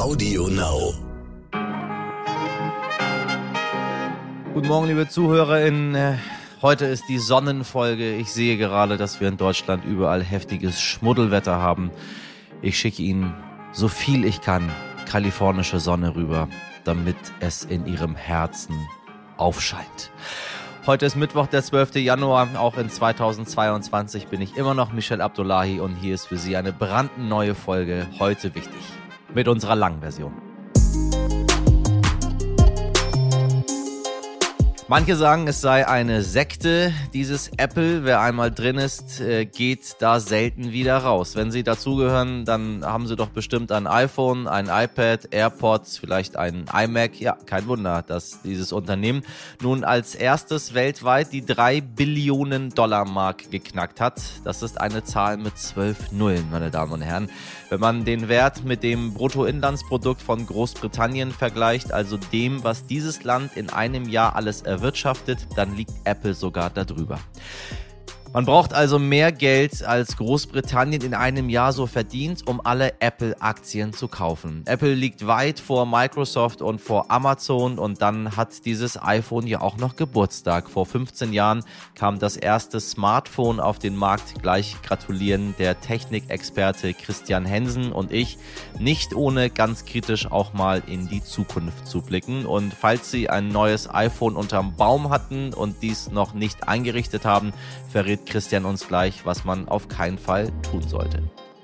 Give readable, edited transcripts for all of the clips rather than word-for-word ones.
Audio Now. Guten Morgen, liebe ZuhörerInnen. Heute ist die Sonnenfolge. Ich sehe gerade, dass wir in Deutschland überall heftiges Schmuddelwetter haben. Ich schicke Ihnen so viel ich kann kalifornische Sonne rüber, damit es in Ihrem Herzen aufscheint. Heute ist Mittwoch, der 12. Januar. Auch in 2022 bin ich immer noch Michel Abdullahi und hier ist für Sie eine brandneue Folge Heute wichtig. Mit unserer langen Version. Manche sagen, es sei eine Sekte, dieses Apple. Wer einmal drin ist, geht da selten wieder raus. Wenn Sie dazugehören, dann haben Sie doch bestimmt ein iPhone, ein iPad, AirPods, vielleicht ein iMac. Ja, kein Wunder, dass dieses Unternehmen nun als erstes weltweit die 3 Billionen Dollar Mark geknackt hat. Das ist eine Zahl mit 12 Nullen, meine Damen und Herren. Wenn man den Wert mit dem Bruttoinlandsprodukt von Großbritannien vergleicht, also dem, was dieses Land in einem Jahr alles erwirtschaftet, dann liegt Apple sogar darüber. Man braucht also mehr Geld, als Großbritannien in einem Jahr so verdient, um alle Apple-Aktien zu kaufen. Apple liegt weit vor Microsoft und vor Amazon und dann hat dieses iPhone ja auch noch Geburtstag. Vor 15 Jahren kam das erste Smartphone auf den Markt. Gleich gratulieren der Technikexperte Christian Hensen und ich, nicht ohne ganz kritisch auch mal in die Zukunft zu blicken. Und falls Sie ein neues iPhone unterm Baum hatten und dies noch nicht eingerichtet haben, verrät Christian uns gleich, was man auf keinen Fall tun sollte.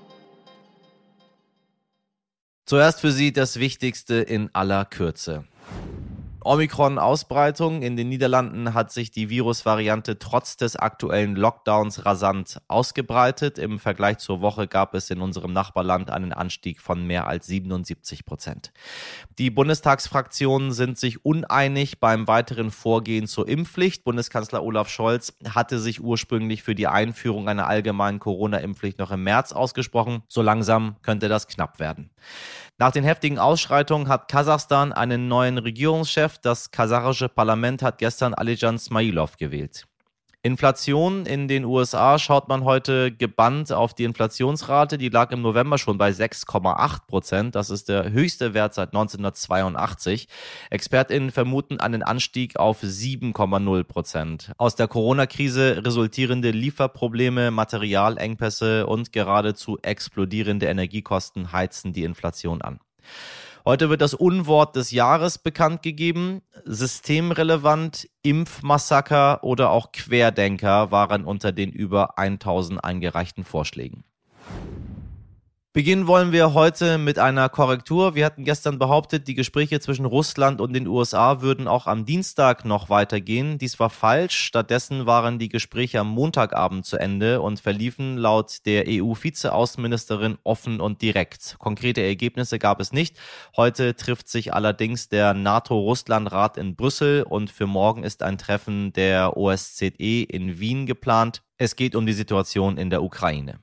Zuerst für Sie das Wichtigste in aller Kürze. Omikron-Ausbreitung. In den Niederlanden hat sich die Virusvariante trotz des aktuellen Lockdowns rasant ausgebreitet. Im Vergleich zur Woche gab es in unserem Nachbarland einen Anstieg von mehr als 77%. Die Bundestagsfraktionen sind sich uneinig beim weiteren Vorgehen zur Impfpflicht. Bundeskanzler Olaf Scholz hatte sich ursprünglich für die Einführung einer allgemeinen Corona-Impfpflicht noch im März ausgesprochen. So langsam könnte das knapp werden. Nach den heftigen Ausschreitungen hat Kasachstan einen neuen Regierungschef. Das kasachische Parlament hat gestern Alijan Smailov gewählt. Inflation in den USA schaut man heute gebannt auf die Inflationsrate. Die lag im November schon bei 6,8%. Das ist der höchste Wert seit 1982. ExpertInnen vermuten einen Anstieg auf 7,0%. Aus der Corona-Krise resultierende Lieferprobleme, Materialengpässe und geradezu explodierende Energiekosten heizen die Inflation an. Heute wird das Unwort des Jahres bekannt gegeben. Systemrelevant, Impfmassaker oder auch Querdenker waren unter den über 1000 eingereichten Vorschlägen. Beginnen wollen wir heute mit einer Korrektur. Wir hatten gestern behauptet, die Gespräche zwischen Russland und den USA würden auch am Dienstag noch weitergehen. Dies war falsch. Stattdessen waren die Gespräche am Montagabend zu Ende und verliefen laut der EU-Vizeaußenministerin offen und direkt. Konkrete Ergebnisse gab es nicht. Heute trifft sich allerdings der NATO-Russland-Rat in Brüssel und für morgen ist ein Treffen der OSZE in Wien geplant. Es geht um die Situation in der Ukraine.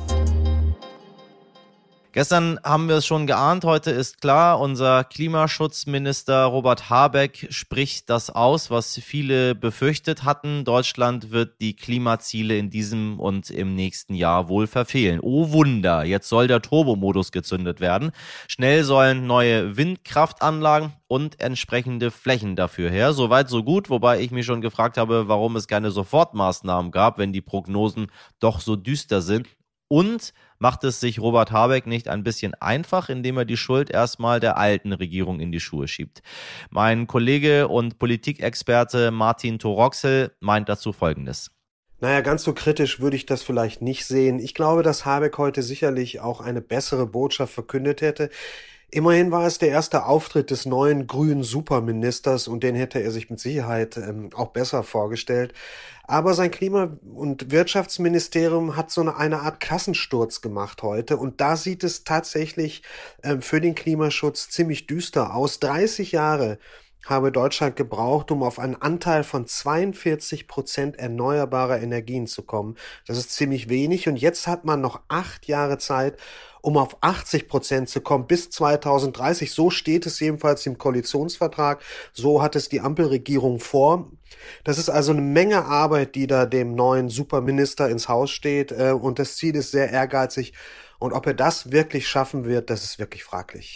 Gestern haben wir es schon geahnt, heute ist klar, unser Klimaschutzminister Robert Habeck spricht das aus, was viele befürchtet hatten. Deutschland wird die Klimaziele in diesem und im nächsten Jahr wohl verfehlen. Oh Wunder, jetzt soll der Turbomodus gezündet werden. Schnell sollen neue Windkraftanlagen und entsprechende Flächen dafür her. Soweit so gut, wobei ich mich schon gefragt habe, warum es keine Sofortmaßnahmen gab, wenn die Prognosen doch so düster sind. Und macht es sich Robert Habeck nicht ein bisschen einfach, indem er die Schuld erstmal der alten Regierung in die Schuhe schiebt? Mein Kollege und Politikexperte Martin Toroxel meint dazu Folgendes. Naja, ganz so kritisch würde ich das vielleicht nicht sehen. Ich glaube, dass Habeck heute sicherlich auch eine bessere Botschaft verkündet hätte. Immerhin war es der erste Auftritt des neuen grünen Superministers und den hätte er sich mit Sicherheit auch besser vorgestellt. Aber sein Klima- und Wirtschaftsministerium hat so eine Art Kassensturz gemacht heute und da sieht es tatsächlich für den Klimaschutz ziemlich düster aus. 30 Jahre habe Deutschland gebraucht, um auf einen Anteil von 42% erneuerbarer Energien zu kommen. Das ist ziemlich wenig und jetzt hat man noch 8 Jahre Zeit, um auf 80% zu kommen bis 2030. So steht es jedenfalls im Koalitionsvertrag. So hat es die Ampelregierung vor. Das ist also eine Menge Arbeit, die da dem neuen Superminister ins Haus steht. Und das Ziel ist sehr ehrgeizig. Und ob er das wirklich schaffen wird, das ist wirklich fraglich.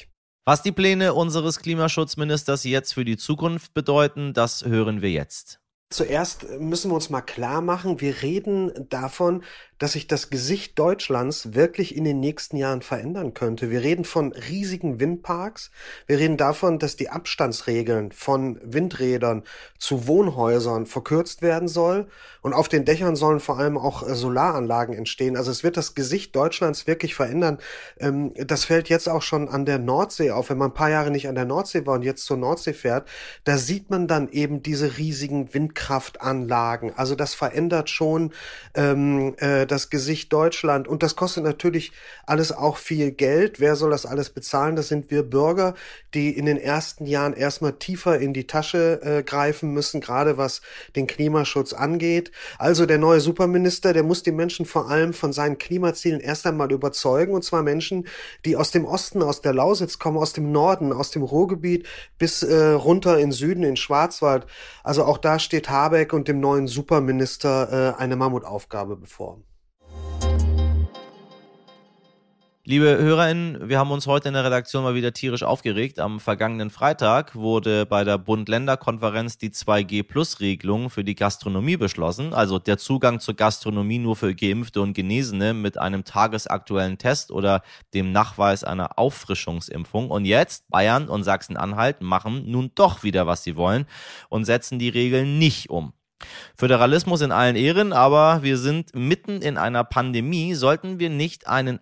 Was die Pläne unseres Klimaschutzministers jetzt für die Zukunft bedeuten, das hören wir jetzt. Zuerst müssen wir uns mal klar machen, wir reden davon, dass sich das Gesicht Deutschlands wirklich in den nächsten Jahren verändern könnte. Wir reden von riesigen Windparks. Wir reden davon, dass die Abstandsregeln von Windrädern zu Wohnhäusern verkürzt werden soll. Und auf den Dächern sollen vor allem auch Solaranlagen entstehen. Also es wird das Gesicht Deutschlands wirklich verändern. Das fällt jetzt auch schon an der Nordsee auf. Wenn man ein paar Jahre nicht an der Nordsee war und jetzt zur Nordsee fährt, da sieht man dann eben diese riesigen Windkraftanlagen. Also das verändert schon das Gesicht Deutschland. Und das kostet natürlich alles auch viel Geld. Wer soll das alles bezahlen? Das sind wir Bürger, die in den ersten Jahren erstmal tiefer in die Tasche greifen müssen, gerade was den Klimaschutz angeht. Also der neue Superminister, der muss die Menschen vor allem von seinen Klimazielen erst einmal überzeugen. Und zwar Menschen, die aus dem Osten, aus der Lausitz kommen, aus dem Norden, aus dem Ruhrgebiet bis runter in Süden, in Schwarzwald. Also auch da steht Habeck und dem neuen Superminister eine Mammutaufgabe bevor. Liebe HörerInnen, wir haben uns heute in der Redaktion mal wieder tierisch aufgeregt. Am vergangenen Freitag wurde bei der Bund-Länder-Konferenz die 2G-Plus-Regelung für die Gastronomie beschlossen. Also der Zugang zur Gastronomie nur für Geimpfte und Genesene mit einem tagesaktuellen Test oder dem Nachweis einer Auffrischungsimpfung. Und jetzt, Bayern und Sachsen-Anhalt machen nun doch wieder, was sie wollen und setzen die Regeln nicht um. Föderalismus in allen Ehren, aber wir sind mitten in einer Pandemie. Sollten wir nicht einen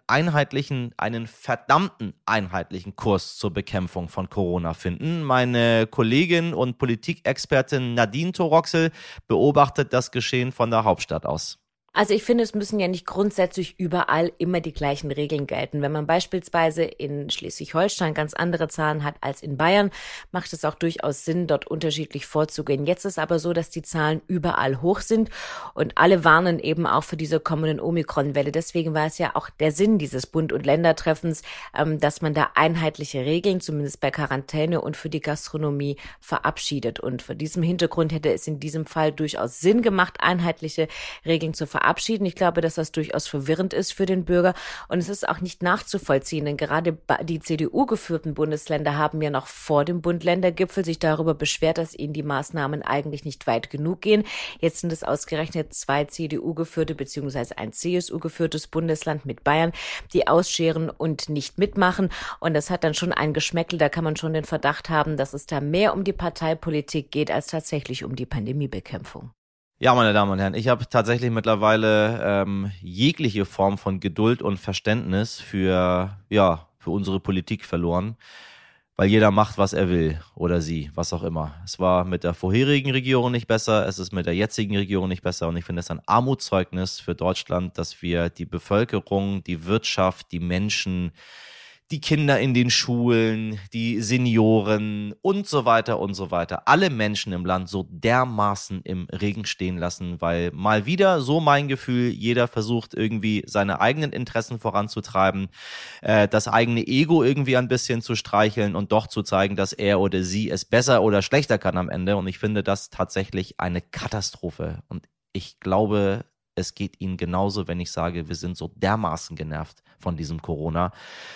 verdammten einheitlichen Kurs zur Bekämpfung von Corona finden? Meine Kollegin und Politikexpertin Nadine Toroxel beobachtet das Geschehen von der Hauptstadt aus. Also ich finde, es müssen ja nicht grundsätzlich überall immer die gleichen Regeln gelten. Wenn man beispielsweise in Schleswig-Holstein ganz andere Zahlen hat als in Bayern, macht es auch durchaus Sinn, dort unterschiedlich vorzugehen. Jetzt ist aber so, dass die Zahlen überall hoch sind und alle warnen eben auch für diese kommenden Omikron-Welle. Deswegen war es ja auch der Sinn dieses Bund- und Ländertreffens, dass man da einheitliche Regeln, zumindest bei Quarantäne und für die Gastronomie, verabschiedet. Und vor diesem Hintergrund hätte es in diesem Fall durchaus Sinn gemacht, einheitliche Regeln zu verabschieden. Ich glaube, dass das durchaus verwirrend ist für den Bürger und es ist auch nicht nachzuvollziehen, denn gerade die CDU-geführten Bundesländer haben ja noch vor dem Bund-Länder-Gipfel sich darüber beschwert, dass ihnen die Maßnahmen eigentlich nicht weit genug gehen. Jetzt sind es ausgerechnet 2 CDU-geführte bzw. ein CSU-geführtes Bundesland mit Bayern, die ausscheren und nicht mitmachen und das hat dann schon ein Geschmäckle, da kann man schon den Verdacht haben, dass es da mehr um die Parteipolitik geht als tatsächlich um die Pandemiebekämpfung. Ja, meine Damen und Herren, ich habe tatsächlich mittlerweile jegliche Form von Geduld und Verständnis für unsere Politik verloren, weil jeder macht, was er will oder sie, was auch immer. Es war mit der vorherigen Regierung nicht besser, es ist mit der jetzigen Regierung nicht besser und ich finde es ein Armutszeugnis für Deutschland, dass wir die Bevölkerung, die Wirtschaft, die Menschen, die Kinder in den Schulen, die Senioren und so weiter, alle Menschen im Land so dermaßen im Regen stehen lassen, weil mal wieder, so mein Gefühl, jeder versucht irgendwie seine eigenen Interessen voranzutreiben, das eigene Ego irgendwie ein bisschen zu streicheln und doch zu zeigen, dass er oder sie es besser oder schlechter kann am Ende. Und ich finde das tatsächlich eine Katastrophe. Und ich glaube, es geht Ihnen genauso, wenn ich sage, wir sind so dermaßen genervt von diesem Corona.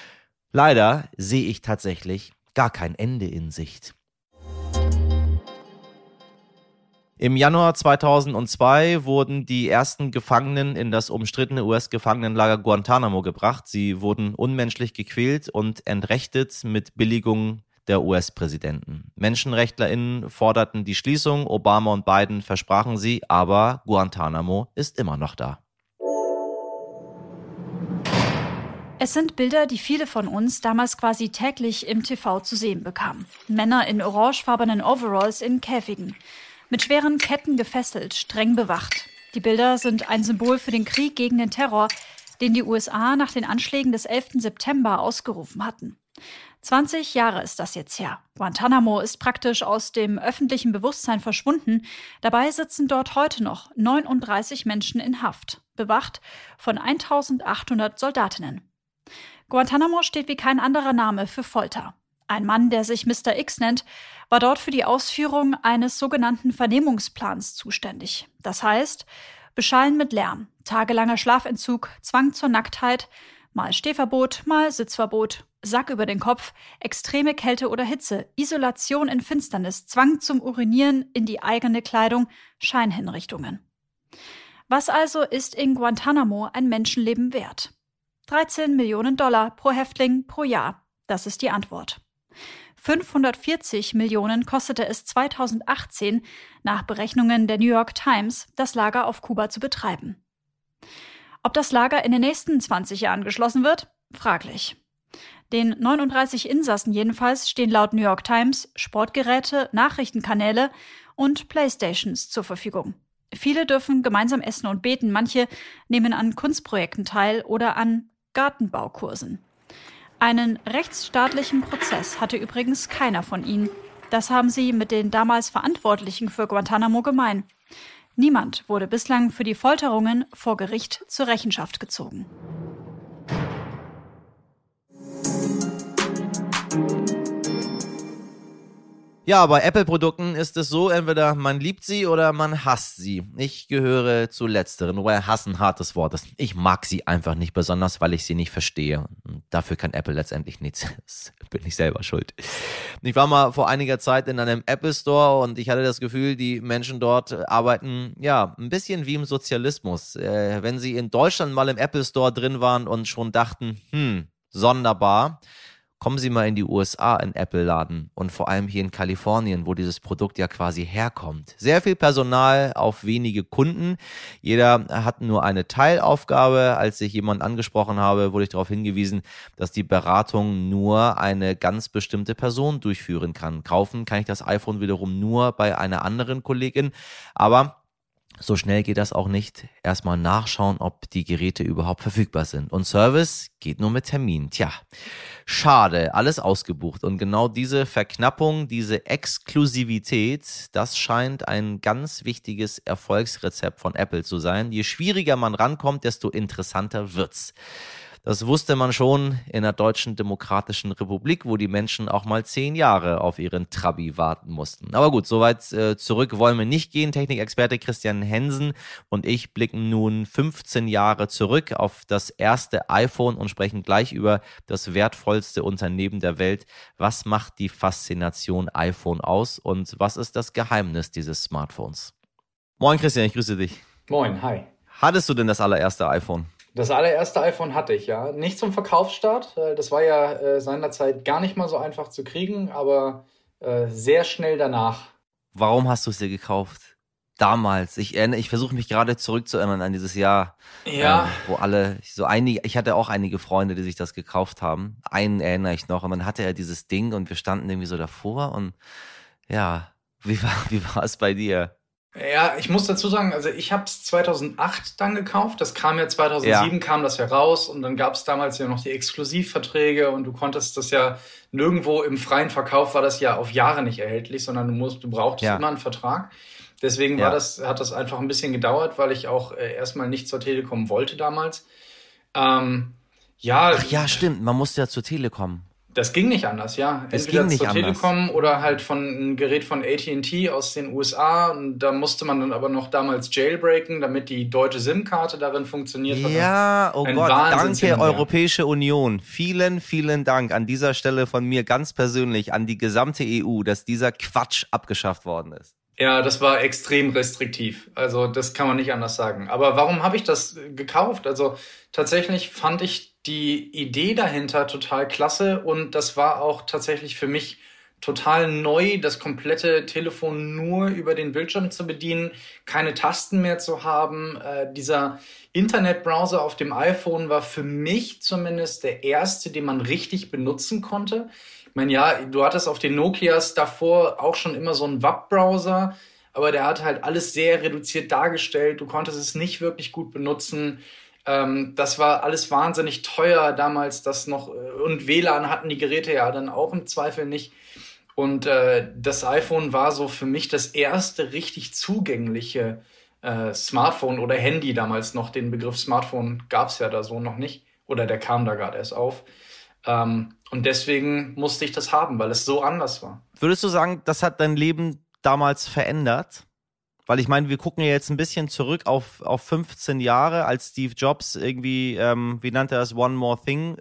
Leider sehe ich tatsächlich gar kein Ende in Sicht. Im Januar 2002 wurden die ersten Gefangenen in das umstrittene US-Gefangenenlager Guantanamo gebracht. Sie wurden unmenschlich gequält und entrechtet mit Billigung der US-Präsidenten. MenschenrechtlerInnen forderten die Schließung, Obama und Biden versprachen sie, aber Guantanamo ist immer noch da. Es sind Bilder, die viele von uns damals quasi täglich im TV zu sehen bekamen. Männer in orangefarbenen Overalls in Käfigen, mit schweren Ketten gefesselt, streng bewacht. Die Bilder sind ein Symbol für den Krieg gegen den Terror, den die USA nach den Anschlägen des 11. September ausgerufen hatten. 20 Jahre ist das jetzt her. Guantanamo ist praktisch aus dem öffentlichen Bewusstsein verschwunden. Dabei sitzen dort heute noch 39 Menschen in Haft, bewacht von 1800 Soldatinnen. Guantanamo steht wie kein anderer Name für Folter. Ein Mann, der sich Mr. X nennt, war dort für die Ausführung eines sogenannten Vernehmungsplans zuständig. Das heißt, Beschallen mit Lärm, tagelanger Schlafentzug, Zwang zur Nacktheit, Mal Stehverbot, mal Sitzverbot, Sack über den Kopf, extreme Kälte oder Hitze, Isolation in Finsternis, Zwang zum Urinieren in die eigene Kleidung, Scheinhinrichtungen. Was also ist in Guantanamo ein Menschenleben wert? 13 Millionen $ pro Häftling pro Jahr. Das ist die Antwort. 540 Millionen kostete es 2018, nach Berechnungen der New York Times, das Lager auf Kuba zu betreiben. Ob das Lager in den nächsten 20 Jahren geschlossen wird? Fraglich. Den 39 Insassen jedenfalls stehen laut New York Times Sportgeräte, Nachrichtenkanäle und Playstations zur Verfügung. Viele dürfen gemeinsam essen und beten, manche nehmen an Kunstprojekten teil oder an Gartenbaukursen. Einen rechtsstaatlichen Prozess hatte übrigens keiner von ihnen. Das haben sie mit den damals Verantwortlichen für Guantanamo gemein. Niemand wurde bislang für die Folterungen vor Gericht zur Rechenschaft gezogen. Ja, bei Apple-Produkten ist es so, entweder man liebt sie oder man hasst sie. Ich gehöre zu letzteren, wobei Hass ein hartes Wort ist. Ich mag sie einfach nicht besonders, weil ich sie nicht verstehe. Und dafür kann Apple letztendlich nichts. Das bin ich selber schuld. Ich war mal vor einiger Zeit in einem Apple Store und ich hatte das Gefühl, die Menschen dort arbeiten, ja, ein bisschen wie im Sozialismus. Wenn sie in Deutschland mal im Apple Store drin waren und schon dachten, sonderbar, kommen Sie mal in die USA in Apple-Laden und vor allem hier in Kalifornien, wo dieses Produkt ja quasi herkommt. Sehr viel Personal auf wenige Kunden. Jeder hat nur eine Teilaufgabe. Als ich jemanden angesprochen habe, wurde ich darauf hingewiesen, dass die Beratung nur eine ganz bestimmte Person durchführen kann. Kaufen kann ich das iPhone wiederum nur bei einer anderen Kollegin, aber so schnell geht das auch nicht. Erstmal nachschauen, ob die Geräte überhaupt verfügbar sind. Und Service geht nur mit Termin. Tja, schade, alles ausgebucht. Und genau diese Verknappung, diese Exklusivität, das scheint ein ganz wichtiges Erfolgsrezept von Apple zu sein. Je schwieriger man rankommt, desto interessanter wird's. Das wusste man schon in der Deutschen Demokratischen Republik, wo die Menschen auch mal 10 Jahre auf ihren Trabi warten mussten. Aber gut, soweit zurück wollen wir nicht gehen. Technikexperte Christian Hensen und ich blicken nun 15 Jahre zurück auf das erste iPhone und sprechen gleich über das wertvollste Unternehmen der Welt. Was macht die Faszination iPhone aus und was ist das Geheimnis dieses Smartphones? Moin Christian, ich grüße dich. Moin, hi. Hattest du denn das allererste iPhone? Das allererste iPhone hatte ich, ja. Nicht zum Verkaufsstart. Das war ja seinerzeit gar nicht mal so einfach zu kriegen, aber sehr schnell danach. Warum hast du es dir gekauft? Damals. Ich versuche mich gerade zurückzuerinnern an dieses Jahr, Ja. Wo ich hatte auch einige Freunde, die sich das gekauft haben. Einen erinnere ich noch und dann hatte er dieses Ding und wir standen irgendwie so davor und ja, wie war es bei dir? Ja, ich muss dazu sagen, also ich habe es 2008 dann gekauft. Das kam ja 2007, kam das ja raus und dann gab es damals ja noch die Exklusivverträge und du konntest das ja nirgendwo im freien Verkauf war das ja auf Jahre nicht erhältlich, sondern du brauchtest immer einen Vertrag. Deswegen hat das einfach ein bisschen gedauert, weil ich auch erstmal nicht zur Telekom wollte damals. Ach ja, stimmt, man musste ja zur Telekom. Das ging nicht anders, ja. Entweder zur Telekom oder halt von einem Gerät von AT&T aus den USA. Und da musste man dann aber noch damals jailbreaken, damit die deutsche SIM-Karte darin funktioniert hat. Ja, oh Gott, danke Europäische Union. Vielen, vielen Dank an dieser Stelle von mir ganz persönlich an die gesamte EU, dass dieser Quatsch abgeschafft worden ist. Ja, das war extrem restriktiv. Also das kann man nicht anders sagen. Aber warum habe ich das gekauft? Also tatsächlich fand ich die Idee dahinter total klasse und das war auch tatsächlich für mich total neu, das komplette Telefon nur über den Bildschirm zu bedienen, keine Tasten mehr zu haben. Dieser Internetbrowser auf dem iPhone war für mich zumindest der erste, den man richtig benutzen konnte. Ich meine, ja, du hattest auf den Nokias davor auch schon immer so einen Webbrowser, aber der hat halt alles sehr reduziert dargestellt. Du konntest es nicht wirklich gut benutzen. Das war alles wahnsinnig teuer damals, das noch, und WLAN hatten die Geräte ja dann auch im Zweifel nicht. Und das iPhone war so für mich das erste richtig zugängliche Smartphone oder Handy damals noch. Den Begriff Smartphone gab es ja da so noch nicht oder der kam da gerade erst auf. Und deswegen musste ich das haben, weil es so anders war. Würdest du sagen, das hat dein Leben damals verändert? Weil ich meine, wir gucken ja jetzt ein bisschen zurück auf 15 Jahre, als Steve Jobs irgendwie, wie nannte er das, One More Thing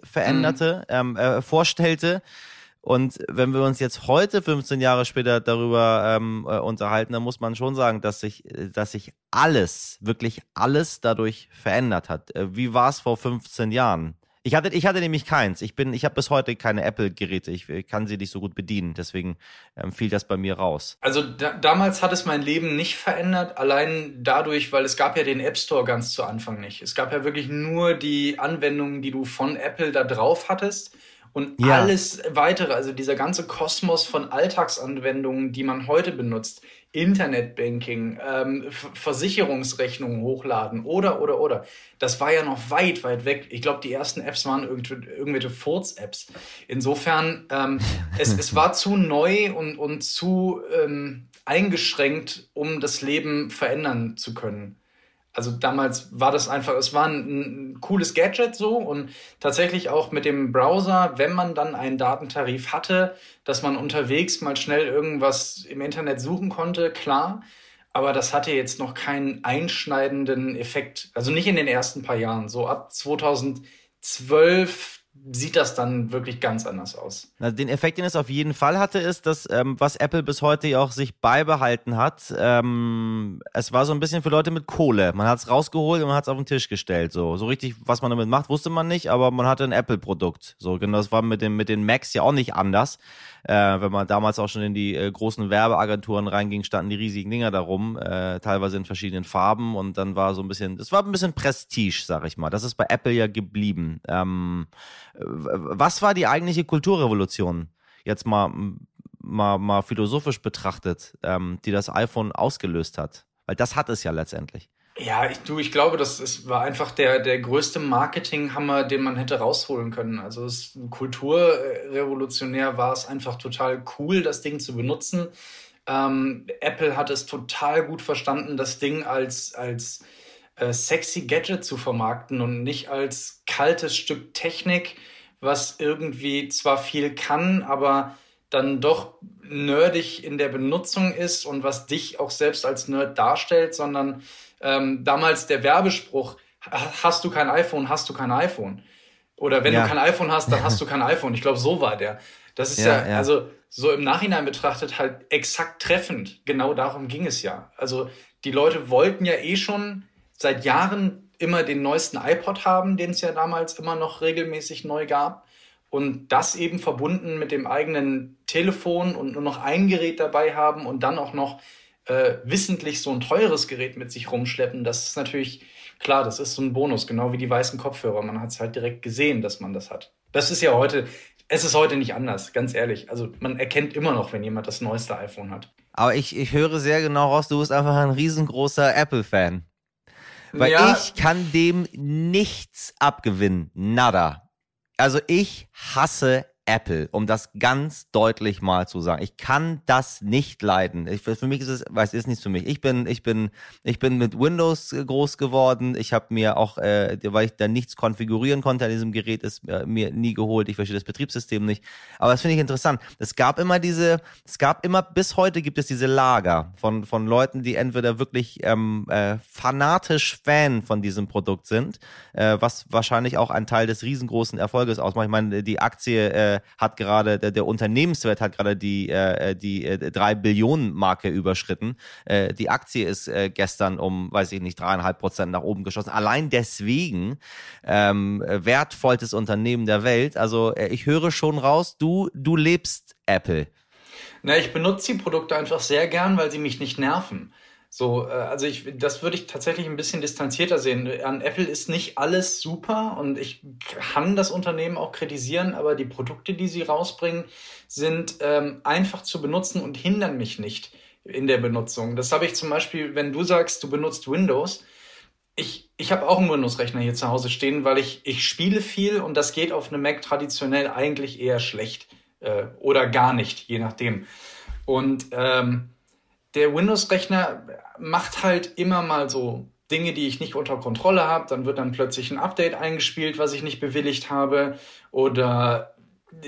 vorstellte. Und wenn wir uns jetzt heute, 15 Jahre später, darüber unterhalten, dann muss man schon sagen, dass sich alles, wirklich alles dadurch verändert hat. Wie war es vor 15 Jahren? Ich hatte nämlich keins. Ich habe bis heute keine Apple-Geräte. Ich kann sie nicht so gut bedienen. Deswegen fiel das bei mir raus. Also damals hat es mein Leben nicht verändert, allein dadurch, weil es gab ja den App Store ganz zu Anfang nicht. Es gab ja wirklich nur die Anwendungen, die du von Apple da drauf hattest. Und alles weitere, also dieser ganze Kosmos von Alltagsanwendungen, die man heute benutzt, Internetbanking, Versicherungsrechnungen hochladen oder. Das war ja noch weit, weit weg. Ich glaube, die ersten Apps waren irgendwelche Furz-Apps. Insofern, es war zu neu und zu eingeschränkt, um das Leben verändern zu können. Also damals war das einfach, es war ein cooles Gadget so und tatsächlich auch mit dem Browser, wenn man dann einen Datentarif hatte, dass man unterwegs mal schnell irgendwas im Internet suchen konnte, klar. Aber das hatte jetzt noch keinen einschneidenden Effekt. Also nicht in den ersten paar Jahren. So ab 2012 sieht das dann wirklich ganz anders aus. Also den Effekt, den es auf jeden Fall hatte, ist, dass was Apple bis heute ja auch sich beibehalten hat, es war so ein bisschen für Leute mit Kohle. Man hat es rausgeholt und man hat es auf den Tisch gestellt. So richtig, was man damit macht, wusste man nicht, aber man hatte ein Apple-Produkt. So genau, das war mit den Macs ja auch nicht anders. Wenn man damals auch schon in die großen Werbeagenturen reinging, standen die riesigen Dinger da rum, teilweise in verschiedenen Farben und dann war so ein bisschen, es war ein bisschen Prestige, sag ich mal. Das ist bei Apple ja geblieben. Was war die eigentliche Kulturrevolution, jetzt mal philosophisch betrachtet, die das iPhone ausgelöst hat? Weil das hat es ja letztendlich. Ja, ich glaube, war einfach der größte Marketinghammer, den man hätte rausholen können. Also kulturrevolutionär war es einfach total cool, das Ding zu benutzen. Apple hat es total gut verstanden, das Ding als sexy Gadget zu vermarkten und nicht als kaltes Stück Technik, was irgendwie zwar viel kann, aber dann doch nerdig in der Benutzung ist und was dich auch selbst als Nerd darstellt, sondern damals der Werbespruch, hast du kein iPhone, hast du kein iPhone. Oder wenn du kein iPhone hast, dann hast du kein iPhone. Ich glaube, so war der. Das ist also so im Nachhinein betrachtet halt exakt treffend. Genau darum ging es ja. Also die Leute wollten ja schon seit Jahren immer den neuesten iPod haben, den es ja damals immer noch regelmäßig neu gab. Und das eben verbunden mit dem eigenen Telefon und nur noch ein Gerät dabei haben und dann auch noch wissentlich so ein teures Gerät mit sich rumschleppen, das ist natürlich, klar, das ist so ein Bonus, genau wie die weißen Kopfhörer. Man hat es halt direkt gesehen, dass man das hat. Das ist ja heute, es ist heute nicht anders, ganz ehrlich. Also man erkennt immer noch, wenn jemand das neueste iPhone hat. Aber ich höre sehr genau raus, du bist einfach ein riesengroßer Apple-Fan. Weil ich kann dem nichts abgewinnen. Nada. Also ich hasse Apple, um das ganz deutlich mal zu sagen. Ich kann das nicht leiden. Für mich ist es, ist nichts für mich. Ich bin mit Windows groß geworden. Ich habe mir auch, weil ich da nichts konfigurieren konnte an diesem Gerät, ist mir nie geholt. Ich verstehe das Betriebssystem nicht. Aber das finde ich interessant. Es gab immer bis heute gibt es diese Lager von Leuten, die entweder wirklich fanatisch Fan von diesem Produkt sind, was wahrscheinlich auch ein Teil des riesengroßen Erfolges ausmacht. Ich meine, die Aktie hat gerade, der Unternehmenswert hat gerade die 3 Billionen Marke überschritten. Die Aktie ist gestern um, 3,5% nach oben geschossen. Allein deswegen wertvollstes Unternehmen der Welt. Also ich höre schon raus, du lebst Apple. Na, ich benutze die Produkte einfach sehr gern, weil sie mich nicht nerven. So, also das würde ich tatsächlich ein bisschen distanzierter sehen. An Apple ist nicht alles super und ich kann das Unternehmen auch kritisieren, aber die Produkte, die sie rausbringen, sind einfach zu benutzen und hindern mich nicht in der Benutzung. Das habe ich zum Beispiel, wenn du sagst, du benutzt Windows. Ich habe auch einen Windows-Rechner hier zu Hause stehen, weil ich spiele viel und das geht auf einem Mac traditionell eigentlich eher schlecht oder gar nicht, je nachdem. Und der Windows-Rechner macht halt immer mal so Dinge, die ich nicht unter Kontrolle habe. Dann wird dann plötzlich ein Update eingespielt, was ich nicht bewilligt habe. Oder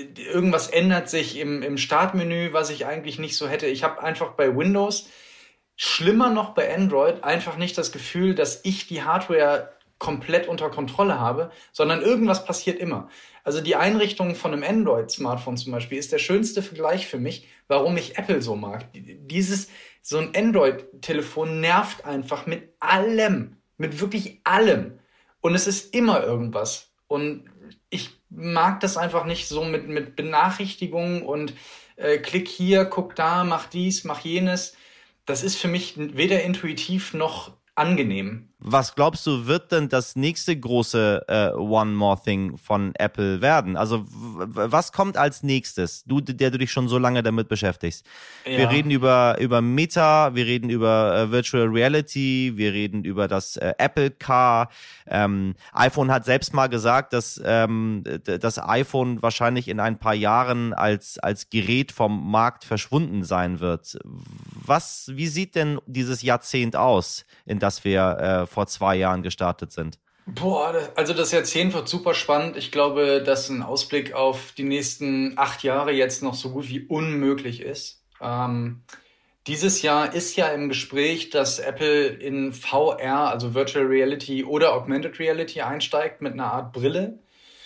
irgendwas ändert sich im Startmenü, was ich eigentlich nicht so hätte. Ich habe einfach bei Windows schlimmer noch bei Android, einfach nicht das Gefühl, dass ich die Hardware komplett unter Kontrolle habe, sondern irgendwas passiert immer. Also die Einrichtung von einem Android-Smartphone zum Beispiel ist der schönste Vergleich für mich, warum ich Apple so mag. So ein Android-Telefon nervt einfach mit allem, mit wirklich allem. Und es ist immer irgendwas. Und ich mag das einfach nicht so mit Benachrichtigungen und klick hier, guck da, mach dies, mach jenes. Das ist für mich weder intuitiv noch angenehm. Was glaubst du, wird denn das nächste große One More Thing von Apple werden? Also was kommt als nächstes? Der du dich schon so lange damit beschäftigst. Ja. Wir reden über Meta, wir reden über Virtual Reality, wir reden über das Apple Car. iPhone hat selbst mal gesagt, dass das iPhone wahrscheinlich in ein paar Jahren als Gerät vom Markt verschwunden sein wird. Wie sieht denn dieses Jahrzehnt aus, in das wir vor 2 Jahren gestartet sind? Also das Jahrzehnt wird super spannend. Ich glaube, dass ein Ausblick auf die nächsten 8 Jahre jetzt noch so gut wie unmöglich ist. Dieses Jahr ist ja im Gespräch, dass Apple in VR, also Virtual Reality oder Augmented Reality einsteigt mit einer Art Brille.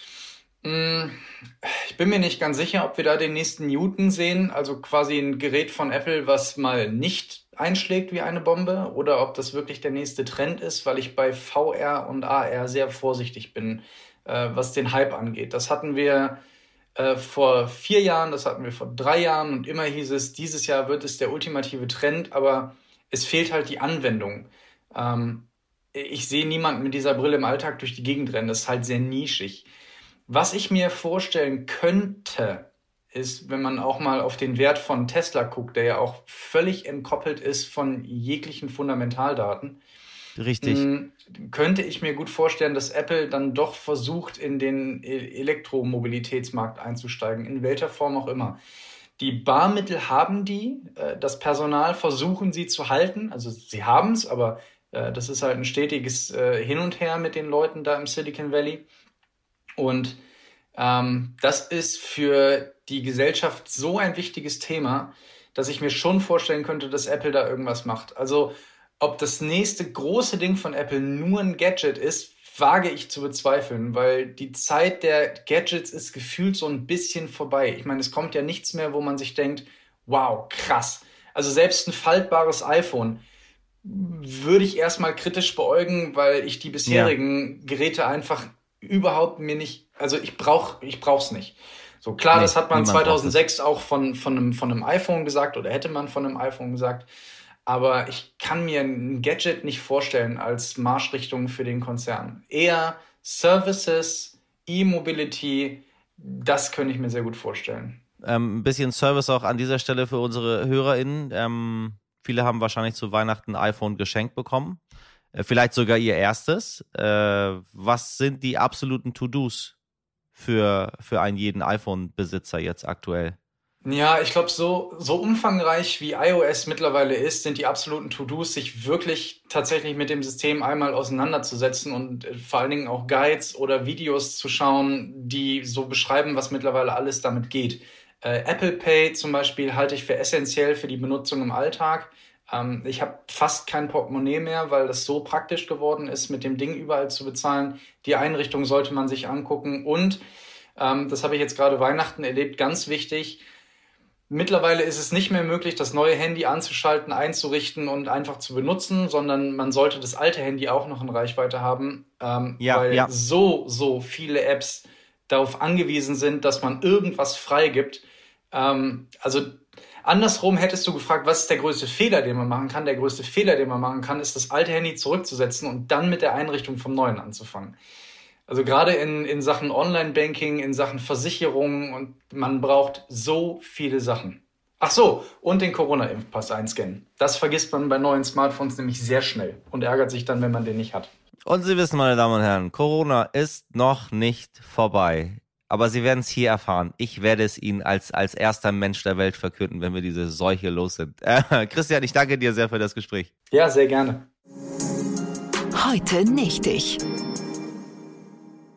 Ich bin mir nicht ganz sicher, ob wir da den nächsten Newton sehen, also quasi ein Gerät von Apple, was mal nicht einschlägt wie eine Bombe, oder ob das wirklich der nächste Trend ist, weil ich bei VR und AR sehr vorsichtig bin, was den Hype angeht. Das hatten wir vor 4 Jahren, das hatten wir vor 3 Jahren und immer hieß es, dieses Jahr wird es der ultimative Trend, aber es fehlt halt die Anwendung. Ich sehe niemanden mit dieser Brille im Alltag durch die Gegend rennen, das ist halt sehr nischig. Was ich mir vorstellen könnte, ist, wenn man auch mal auf den Wert von Tesla guckt, der ja auch völlig entkoppelt ist von jeglichen Fundamentaldaten. Richtig. Könnte ich mir gut vorstellen, dass Apple dann doch versucht, in den Elektromobilitätsmarkt einzusteigen, in welcher Form auch immer. Die Barmittel haben die, das Personal versuchen sie zu halten, also sie haben es, aber das ist halt ein stetiges Hin und Her mit den Leuten da im Silicon Valley. Und das ist für die Gesellschaft so ein wichtiges Thema, dass ich mir schon vorstellen könnte, dass Apple da irgendwas macht. Also ob das nächste große Ding von Apple nur ein Gadget ist, wage ich zu bezweifeln, weil die Zeit der Gadgets ist gefühlt so ein bisschen vorbei. Ich meine, es kommt ja nichts mehr, wo man sich denkt, wow, krass. Also selbst ein faltbares iPhone würde ich erstmal kritisch beäugen, weil ich die bisherigen Geräte einfach überhaupt mir nicht, also ich brauch's nicht. So klar, das hat man 2006 auch von einem iPhone gesagt oder hätte man von einem iPhone gesagt, aber ich kann mir ein Gadget nicht vorstellen als Marschrichtung für den Konzern. Eher Services, E-Mobility, das könnte ich mir sehr gut vorstellen. Ein bisschen Service auch an dieser Stelle für unsere HörerInnen. Viele haben wahrscheinlich zu Weihnachten ein iPhone geschenkt bekommen. Vielleicht sogar ihr erstes. Was sind die absoluten To-Dos für einen jeden iPhone-Besitzer jetzt aktuell? Ja, ich glaube, so umfangreich wie iOS mittlerweile ist, sind die absoluten To-Dos, sich wirklich tatsächlich mit dem System einmal auseinanderzusetzen und vor allen Dingen auch Guides oder Videos zu schauen, die so beschreiben, was mittlerweile alles damit geht. Apple Pay zum Beispiel halte ich für essentiell für die Benutzung im Alltag. Ich habe fast kein Portemonnaie mehr, weil das so praktisch geworden ist, mit dem Ding überall zu bezahlen. Die Einrichtung sollte man sich angucken. Und das habe ich jetzt gerade Weihnachten erlebt, ganz wichtig. Mittlerweile ist es nicht mehr möglich, das neue Handy anzuschalten, einzurichten und einfach zu benutzen, sondern man sollte das alte Handy auch noch in Reichweite haben, weil so viele Apps darauf angewiesen sind, dass man irgendwas freigibt. Also andersrum hättest du gefragt, was ist der größte Fehler, den man machen kann? Der größte Fehler, den man machen kann, ist, das alte Handy zurückzusetzen und dann mit der Einrichtung vom neuen anzufangen. Also gerade in Sachen Online-Banking, in Sachen Versicherungen, und man braucht so viele Sachen. Ach so, und den Corona-Impfpass einscannen. Das vergisst man bei neuen Smartphones nämlich sehr schnell und ärgert sich dann, wenn man den nicht hat. Und Sie wissen, meine Damen und Herren, Corona ist noch nicht vorbei. Aber Sie werden es hier erfahren. Ich werde es Ihnen als erster Mensch der Welt verkünden, wenn wir diese Seuche los sind. Christian, ich danke dir sehr für das Gespräch. Ja, sehr gerne. Heute nicht ich.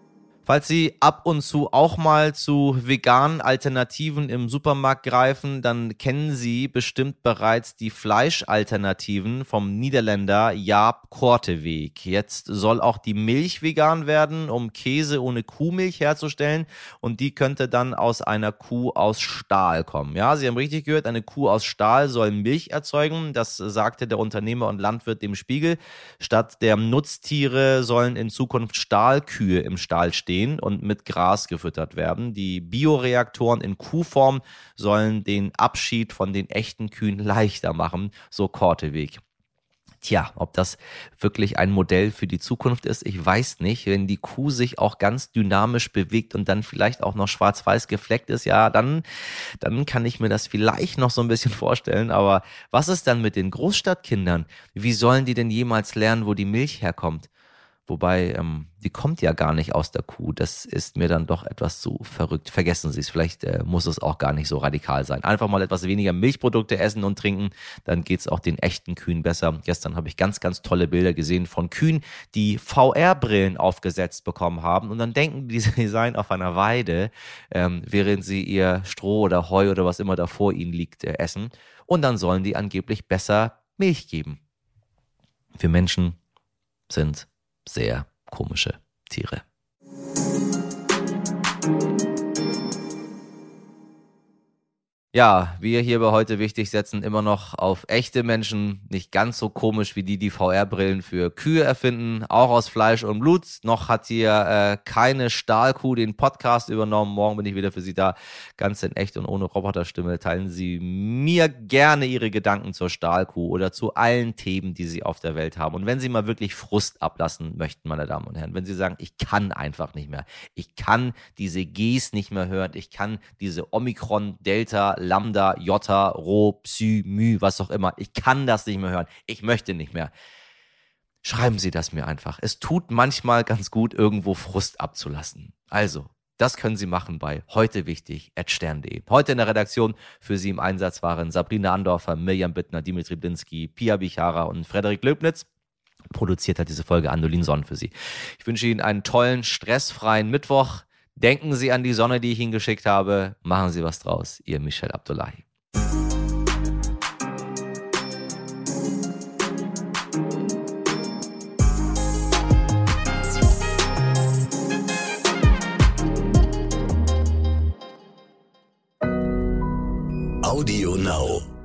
Falls Sie ab und zu auch mal zu veganen Alternativen im Supermarkt greifen, dann kennen Sie bestimmt bereits die Fleischalternativen vom Niederländer Jaap Korteweg. Jetzt soll auch die Milch vegan werden, um Käse ohne Kuhmilch herzustellen, und die könnte dann aus einer Kuh aus Stahl kommen. Ja, Sie haben richtig gehört, eine Kuh aus Stahl soll Milch erzeugen, das sagte der Unternehmer und Landwirt dem Spiegel. Statt der Nutztiere sollen in Zukunft Stahlkühe im Stall stehen und mit Gras gefüttert werden. Die Bioreaktoren in Kuhform sollen den Abschied von den echten Kühen leichter machen, so Korteweg. Tja, ob das wirklich ein Modell für die Zukunft ist, ich weiß nicht. Wenn die Kuh sich auch ganz dynamisch bewegt und dann vielleicht auch noch schwarz-weiß gefleckt ist, ja, dann kann ich mir das vielleicht noch so ein bisschen vorstellen. Aber was ist dann mit den Großstadtkindern? Wie sollen die denn jemals lernen, wo die Milch herkommt? Wobei, die kommt ja gar nicht aus der Kuh. Das ist mir dann doch etwas zu verrückt. Vergessen Sie es, vielleicht muss es auch gar nicht so radikal sein. Einfach mal etwas weniger Milchprodukte essen und trinken, dann geht's auch den echten Kühen besser. Gestern habe ich ganz, ganz tolle Bilder gesehen von Kühen, die VR-Brillen aufgesetzt bekommen haben und dann denken die, sie seien auf einer Weide, während sie ihr Stroh oder Heu oder was immer da vor ihnen liegt, essen. Und dann sollen die angeblich besser Milch geben. Wir Menschen sind sehr komische Tiere. Ja, wir hier bei Heute Wichtig setzen immer noch auf echte Menschen, nicht ganz so komisch wie die VR-Brillen für Kühe erfinden, auch aus Fleisch und Blut. Noch hat hier keine Stahlkuh den Podcast übernommen. Morgen bin ich wieder für Sie da, ganz in echt und ohne Roboterstimme. Teilen Sie mir gerne Ihre Gedanken zur Stahlkuh oder zu allen Themen, die Sie auf der Welt haben. Und wenn Sie mal wirklich Frust ablassen möchten, meine Damen und Herren, wenn Sie sagen, ich kann einfach nicht mehr, ich kann diese Gs nicht mehr hören, ich kann diese Omikron, Delta, Lambda, Jota, Rho, Psy, Mü, was auch immer. Ich kann das nicht mehr hören. Ich möchte nicht mehr. Schreiben Sie das mir einfach. Es tut manchmal ganz gut, irgendwo Frust abzulassen. Also, das können Sie machen bei heutewichtig@stern.de. Heute in der Redaktion für Sie im Einsatz waren Sabrina Andorfer, Mirjam Bittner, Dimitri Blinski, Pia Bichara und Frederik Löbnitz. Produziert hat diese Folge Andolin Sonn für Sie. Ich wünsche Ihnen einen tollen, stressfreien Mittwoch. Denken Sie an die Sonne, die ich Ihnen geschickt habe. Machen Sie was draus. Ihr Michel Abdullahi. Audio Now.